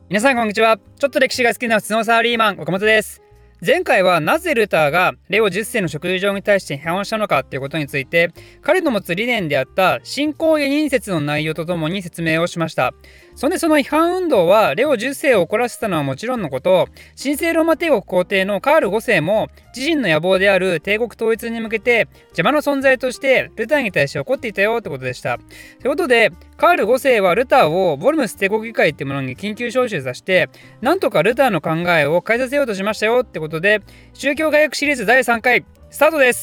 皆さんこんにちは。ちょっと歴史が好きな普通のサラリーマン岡本です。前回はなぜルターがレオ10世の食事上に対して批判をしたのかということについて、彼の持つ理念であった信仰や人説の内容とともに説明をしました。その批判運動はレオ10世を怒らせたのはもちろんのこと、神聖ローマ帝国皇帝のカール5世も自身の野望である帝国統一に向けて邪魔の存在としてルターに対して怒っていたよってことでした。ということでカール5世はルターをボルムス帝国議会っていうものに緊急招集させて、なんとかルターの考えを変えさせようとしましたよってことで、宗教改革シリーズ第3回スタートです。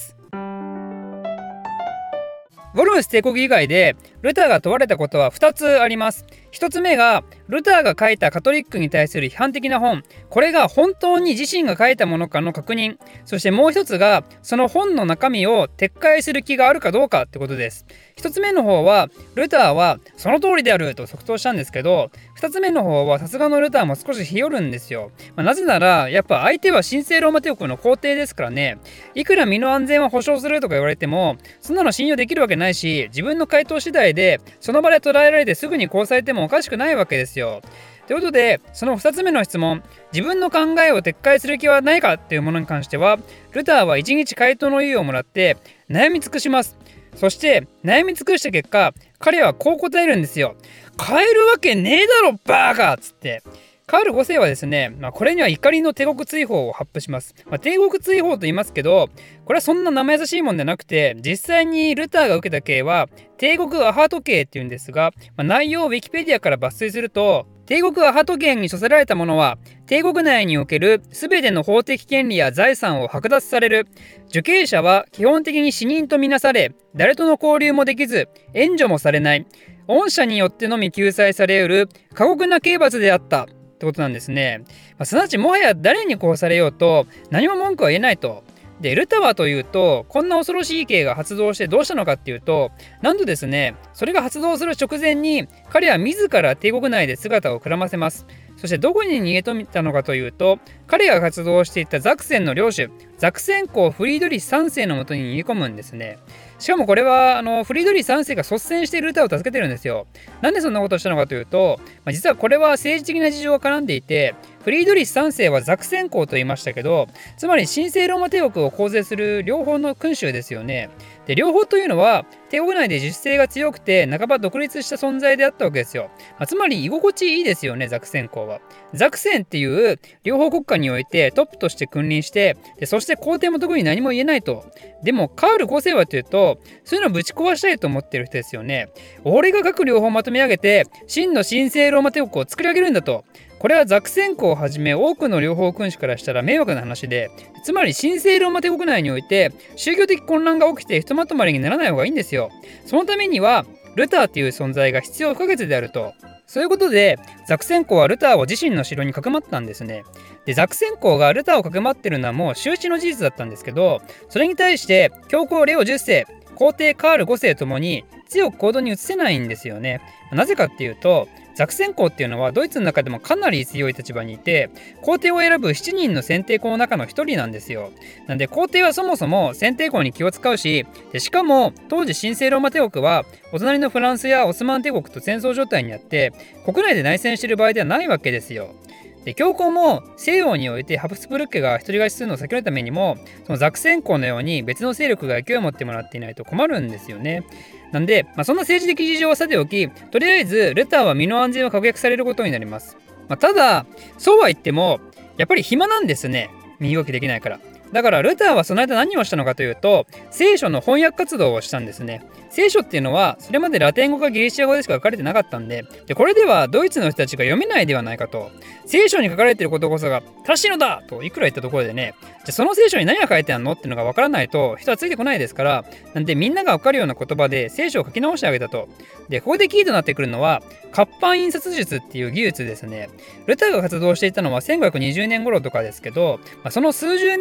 ボルムス帝国議会でルターが問われたことは2つあります。1つ目がルターが書いたカトリックに対する批判的な本、これが本当に自身が書いたものかの確認。そしてもう一つがその本の中身を撤回する気があるかどうかってことです。1つ目の方はルターはその通りであると即答したんですけど、2つ目の方はさすがのルターも少し日和るんですよ。なぜならやっぱ相手は神聖ローマ帝国の皇帝ですからね。いくら身の安全を保証するとか言われてもそんなの信用できるわけないし、自分の回答次第でその場で捉えられてすぐに殺されてもおかしくないわけですよ。ということでその2つ目の質問、自分の考えを撤回する気はないかっていうものに関しては、ルターは1日回答の猶予をもらって悩み尽くします。そして悩み尽くした結果、彼はこう答えるんですよ。変えるわけねえだろバーカっつって。カール5世はですね、これには怒りの帝国追放を発布します。帝国追放と言いますけど、これはそんな生優しいもんじゃなくて、実際にルターが受けた刑は帝国アハト刑っていうんですが、内容をウィキペディアから抜粋すると、帝国アハト刑に処せられた者は帝国内における全ての法的権利や財産を剥奪される。受刑者は基本的に死人とみなされ、誰との交流もできず援助もされない。恩赦によってのみ救済されうる過酷な刑罰であったってことなんですね。すなわちもはや誰に殺されようと何も文句は言えないと。でルターはというと、こんな恐ろしい刑が発動してどうしたのかっていうと、なんとですね、それが発動する直前に彼は自ら帝国内で姿をくらませます。そしてどこに逃げ込んだのかというと、彼が活動していたザクセンの領主ザクセン公フリードリヒ3世のもとに逃げ込むんですね。しかもこれはフリードリヒ3世が率先してルターを助けてるんですよ。なんでそんなことをしたのかというと、実はこれは政治的な事情が絡んでいて、フリードリヒ3世はザクセン公と言いましたけど、つまり神聖ローマ帝国を構成する両方の君主ですよね。で両方というのは帝国内で自主性が強くて半ば独立した存在であったわけですよ。つまり居心地いいですよね、ザクセン公は。ザクセンっていう両方国家においてトップとして君臨して、そして皇帝も特に何も言えないと。でもカール5世はというと、そういうのをぶち壊したいと思ってる人ですよね。俺が各両方まとめ上げて真の神聖ローマ帝国を作り上げるんだと。これはザクセン公をはじめ多くの両方君主からしたら迷惑な話で、つまり神聖ローマ帝国内において宗教的混乱が起きてひとまとまりにならない方がいいんですよ。そのためにはルターっていう存在が必要不可欠であると。そういうことでザクセン公はルターを自身の城にかくまったんですね。でザクセン公がルターをかくまってるのはもう周知の事実だったんですけど、それに対して教皇レオ10世、皇帝カール5世ともに強く行動に移せないんですよね。なぜかっていうと、ザクセン公っていうのはドイツの中でもかなり強い立場にいて、皇帝を選ぶ7人の選定校の中の1人なんですよ。なんで皇帝はそもそも選定校に気を使うし、しかも当時神聖ローマ帝国はお隣のフランスやオスマン帝国と戦争状態にあって、国内で内戦している場合ではないわけですよ。で教皇も西洋においてハプスブルク家が独り勝ちするのを避けるためにも、そのザクセン公のように別の勢力が勢いを持ってもらっていないと困るんですよね。なんで、そんな政治的事情はさておき、とりあえずルターは身の安全を確約されることになります。ただそうは言ってもやっぱり暇なんですね、身動きできないから。だからルターはその間何をしたのかというと、聖書の翻訳活動をしたんですね。聖書っていうのはそれまでラテン語かギリシア語でしか書かれてなかったんで、これではドイツの人たちが読めないではないかと。聖書に書かれていることこそが正しいのだといくら言ったところでね、じゃあその聖書に何が書いてあるのっていうのがわからないと人はついてこないですから、なんでみんながわかるような言葉で聖書を書き直してあげたと。でここでキーとなってくるのは活版印刷術っていう技術ですね。ルターが活動していたのは1520年頃とかですけど、その数十年前の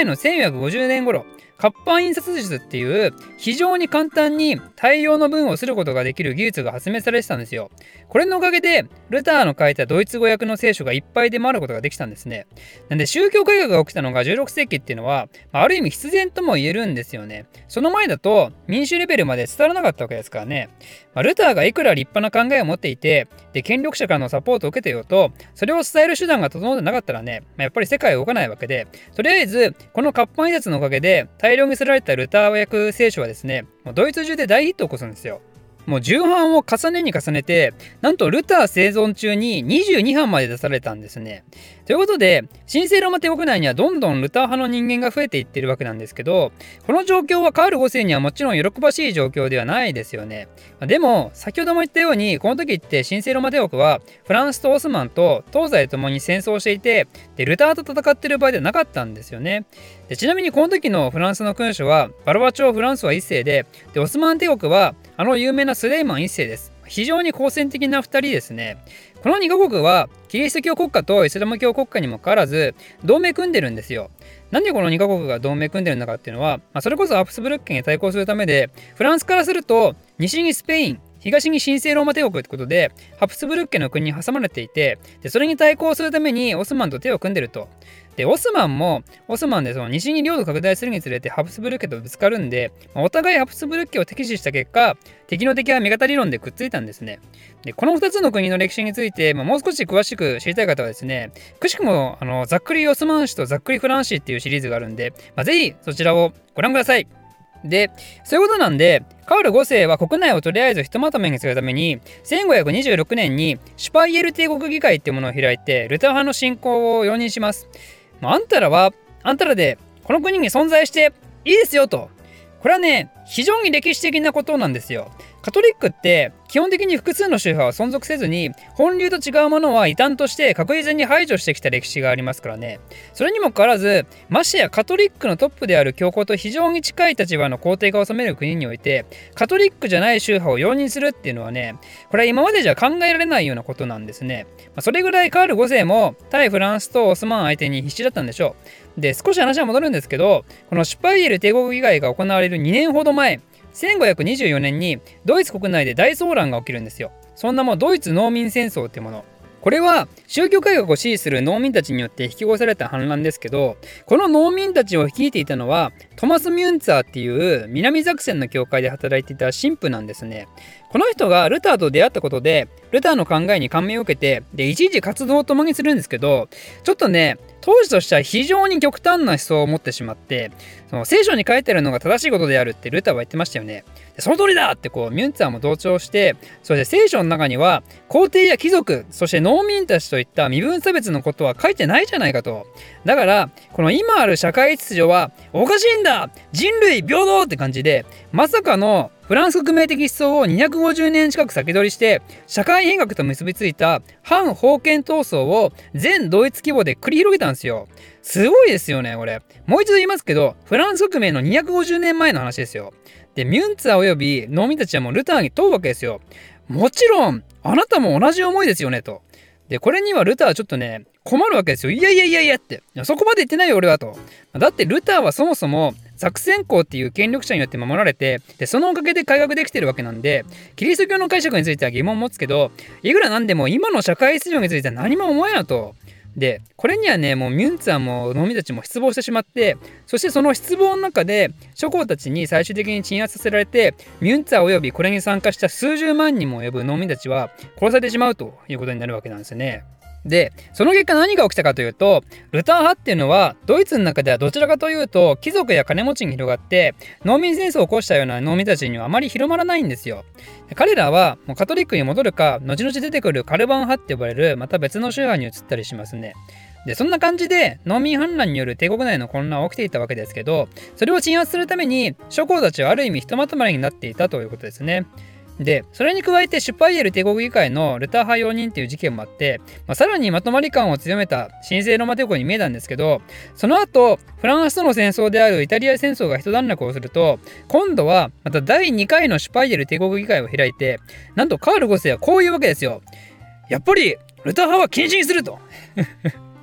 の1450年頃、活版印刷術っていう非常に簡単に大量の文をすることができる技術が発明されてたんですよ。これのおかげでルターの書いたドイツ語訳の聖書がいっぱい出回ることができたんですね。なんで宗教改革が起きたのが16世紀っていうのは、ある意味必然とも言えるんですよね。その前だと民主レベルまで伝わらなかったわけですからね。ルターがいくら立派な考えを持っていて、で権力者からのサポートを受けていようと、それを伝える手段が整ってなかったらね、やっぱり世界は動かないわけで、とりあえずこの活版印刷のおかげで大量に刷られたルター訳聖書はですね、ドイツ中で大ヒットを起こすんですよ。もう重版を重ねに重ねて、なんとルター生存中に22版まで出されたんですね。ということで、神聖ローマ帝国内にはどんどんルター派の人間が増えていってるわけなんですけど、この状況はカール5世にはもちろん喜ばしい状況ではないですよね。でも、先ほども言ったように、この時って神聖ローマ帝国はフランスとオスマンと東西ともに戦争していて、でルターと戦ってる場合ではなかったんですよね。でちなみにこの時のフランスの君主はバルバ朝フランスは1世で、オスマン帝国は有名なスレイマン1世です。非常に好戦的な2人ですね。この2カ国はキリスト教国家とイスラム教国家にもかかわらず同盟組んでるんですよ。なんでこの2カ国が同盟組んでるのかっていうのは、それこそハプスブルク家に対抗するためで、フランスからすると西にスペイン、東に神聖ローマ帝国ってことでハプスブルク家の国に挟まれていて、でそれに対抗するためにオスマンと手を組んでると。でオスマンもオスマンでその西に領土拡大するにつれてハプスブルク家とぶつかるんで、お互いハプスブルク家を敵視した結果、敵の敵は味方理論でくっついたんですね。でこの2つの国の歴史について、もう少し詳しく知りたい方はですね、くしくもざっくりオスマン史とざっくりフラン史っていうシリーズがあるんで、ぜひそちらをご覧ください。で、そういうことなんで、カール5世は国内をとりあえずひとまとめにするために、1526年にシュパイエル帝国議会っていうものを開いて、ルター派の信仰を容認します。あんたらは、あんたらでこの国に存在していいですよと。これはね、非常に歴史的なことなんですよ。カトリックって基本的に複数の宗派は存続せずに、本流と違うものは異端として確実に排除してきた歴史がありますからね。それにもかかわらず、ましてやカトリックのトップである教皇と非常に近い立場の皇帝が治める国において、カトリックじゃない宗派を容認するっていうのはね、これは今までじゃ考えられないようなことなんですね。それぐらいカール5世も対フランスとオスマン相手に必死だったんでしょう。で、少し話は戻るんですけど、このシュパイエル帝国議会が行われる2年ほど前、1524年にドイツ国内で大騒乱が起きるんですよ。そんなもんドイツ農民戦争っていうもの。これは宗教改革を支持する農民たちによって引き起こされた反乱ですけど、この農民たちを率いていたのはトマス・ミュンツァーっていう南ザクセンの教会で働いていた神父なんですね。この人がルターと出会ったことでルターの考えに感銘を受けて、で一時活動を共にするんですけど、ちょっとね当時としては非常に極端な思想を持ってしまって、その聖書に書いてあるのが正しいことであるってルターは言ってましたよね。でその通りだってミュンツァーも同調して、そして聖書の中には皇帝や貴族、そして農民たちといった身分差別のことは書いてないじゃないかと。だからこの今ある社会秩序はおかしいんだ、人類平等って感じで、まさかのフランス革命的思想を250年近く先取りして社会変革と結びついた反封建闘争を全ドイツ規模で繰り広げたんですよ。すごいですよねこれ。もう一度言いますけど、フランス革命の250年前の話ですよ。でミュンツァーおよび農民たちはもうルターに問うわけですよ。もちろんあなたも同じ思いですよねと。でこれにはルターはちょっとね困るわけですよ。いやって、そこまで言ってないよ俺はと。だってルターはそもそもザクセン公っていう権力者によって守られて、でそのおかげで改革できてるわけなんで、キリスト教の解釈については疑問を持つけど、いくらなんでも今の社会秩序については何も思えなと。でこれにはねもうミュンツァーも農民たちも失望してしまって、そしてその失望の中で諸侯たちに最終的に鎮圧させられて、ミュンツァーおよびこれに参加した数十万人も及ぶ農民たちは殺されてしまうということになるわけなんですよね。でその結果何が起きたかというと、ルター派っていうのはドイツの中ではどちらかというと貴族や金持ちに広がって、農民戦争を起こしたような農民たちにはあまり広まらないんですよ。彼らはもうカトリックに戻るか、後々出てくるカルバン派って呼ばれるまた別の宗派に移ったりしますね。でそんな感じで農民反乱による帝国内の混乱は起きていたわけですけど、それを鎮圧するために諸侯たちはある意味ひとまとまりになっていたということですね。でそれに加えてシュパイエル帝国議会のルター派容認っていう事件もあって、さらにまとまり感を強めた神聖ローマ帝国に見えたんですけど、その後フランスとの戦争であるイタリア戦争が一段落をすると、今度はまた第2回のシュパイエル帝国議会を開いて、なんとカール5世はこういうわけですよ。やっぱりルター派は禁止にすると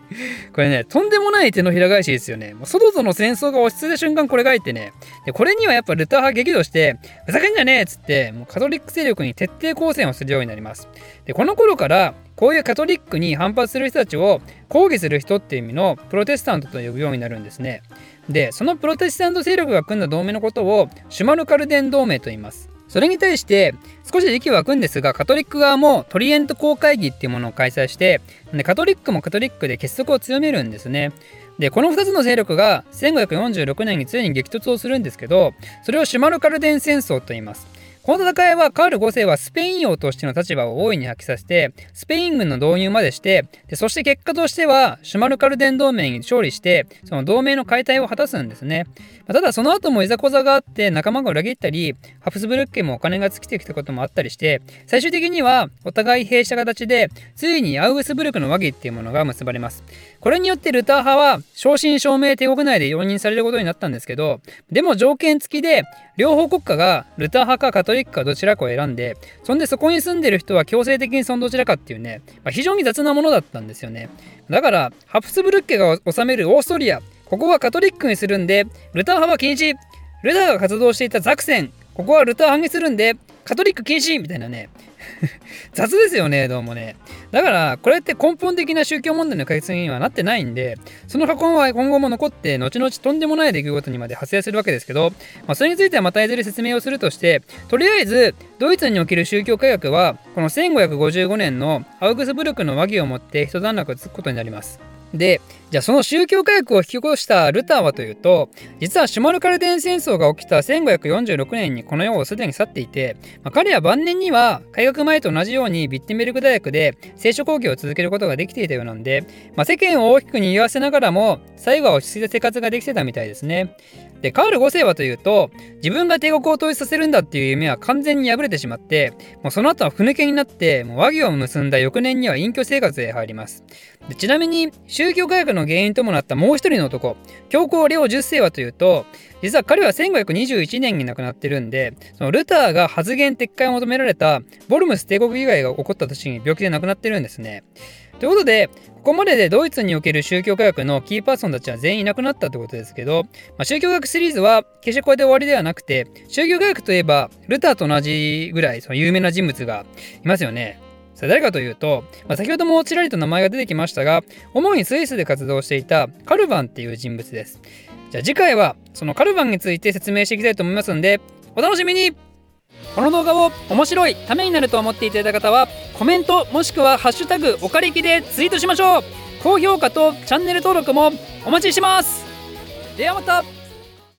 これね、とんでもない手のひら返しですよね。もう外との戦争が落ち着いた瞬間これが入ってね。で、これにはやっぱルター派激怒して、ふざけんじゃねえっつって、もうカトリック勢力に徹底抗戦をするようになります。で、この頃から、こういうカトリックに反発する人たちを抗議する人っていう意味のプロテスタントと呼ぶようになるんですね。で、そのプロテスタント勢力が組んだ同盟のことをシュマルカルデン同盟と言います。それに対して少し時期は空くんですが、カトリック側もトリエント公会議っていうものを開催して、でカトリックもカトリックで結束を強めるんですね。で、この2つの勢力が1546年についに激突をするんですけど、それをシュマルカルデン戦争と言います。この戦いはカール5世はスペイン王としての立場を大いに発揮させて、スペイン軍の導入までして、そして結果としてはシュマルカルデン同盟に勝利して、その同盟の解体を果たすんですね。ただその後もいざこざがあって仲間が裏切ったり、ハプスブルク家もお金が尽きてきたこともあったりして、最終的にはお互い閉した形で、ついにアウグスブルクの和議っていうものが結ばれます。これによってルター派は正真正銘帝国内で容認されることになったんですけど、でも条件付きで両方国家がルター派かカトリックかどちらかを選んで、そこに住んでる人は強制的にそのどちらかっていうね、非常に雑なものだったんですよね。だからハプスブルク家が治めるオーストリア、ここはカトリックにするんでルター派は禁止。ルターが活動していたザクセン、ここはルター派にするんでカトリック禁止みたいなね。雑ですよね、どうもね。だからこれって根本的な宗教問題の解決にはなってないんで、その過去は今後も残って後々とんでもない出来事にまで発生するわけですけど、それについてはまたいずれ説明をするとして、とりあえずドイツにおける宗教改革はこの1555年のアウグスブルクの和議をもって一段落つくことになります。で、じゃあその宗教改革を引き起こしたルターはというと、実はシュマルカルデン戦争が起きた1546年にこの世をすでに去っていて、彼は晩年には改革前と同じようにビッテンベルク大学で聖書講義を続けることができていたようなんで、世間を大きく賑わせながらも最後は落ち着いた生活ができてたみたいですね。で、カール5世はというと、自分が帝国を統一させるんだっていう夢は完全に破れてしまって、もうその後はふぬけになって、和議を結んだ翌年には隠居生活へ入ります。で、ちなみに宗教改革の原因ともなったもう一人の男、教皇レオ10世はというと、実は彼は1521年に亡くなってるんで、そのルターが発言撤回を求められたボルムス帝国議会が起こった年に病気で亡くなってるんですね。ということで、ここまででドイツにおける宗教改革のキーパーソンたちは全員いなくなったということですけど、宗教改革シリーズは決してこれで終わりではなくて、宗教改革といえばルターと同じぐらいその有名な人物がいますよね。それ誰かというと、先ほどもちらりと名前が出てきましたが、主にスイスで活動していたカルバンっていう人物です。じゃあ次回はそのカルバンについて説明していきたいと思いますので、お楽しみに。この動画を面白い、ためになると思っていただいた方はコメントもしくはハッシュタグおかりきでツイートしましょう。高評価とチャンネル登録もお待ちしてます。ではまた。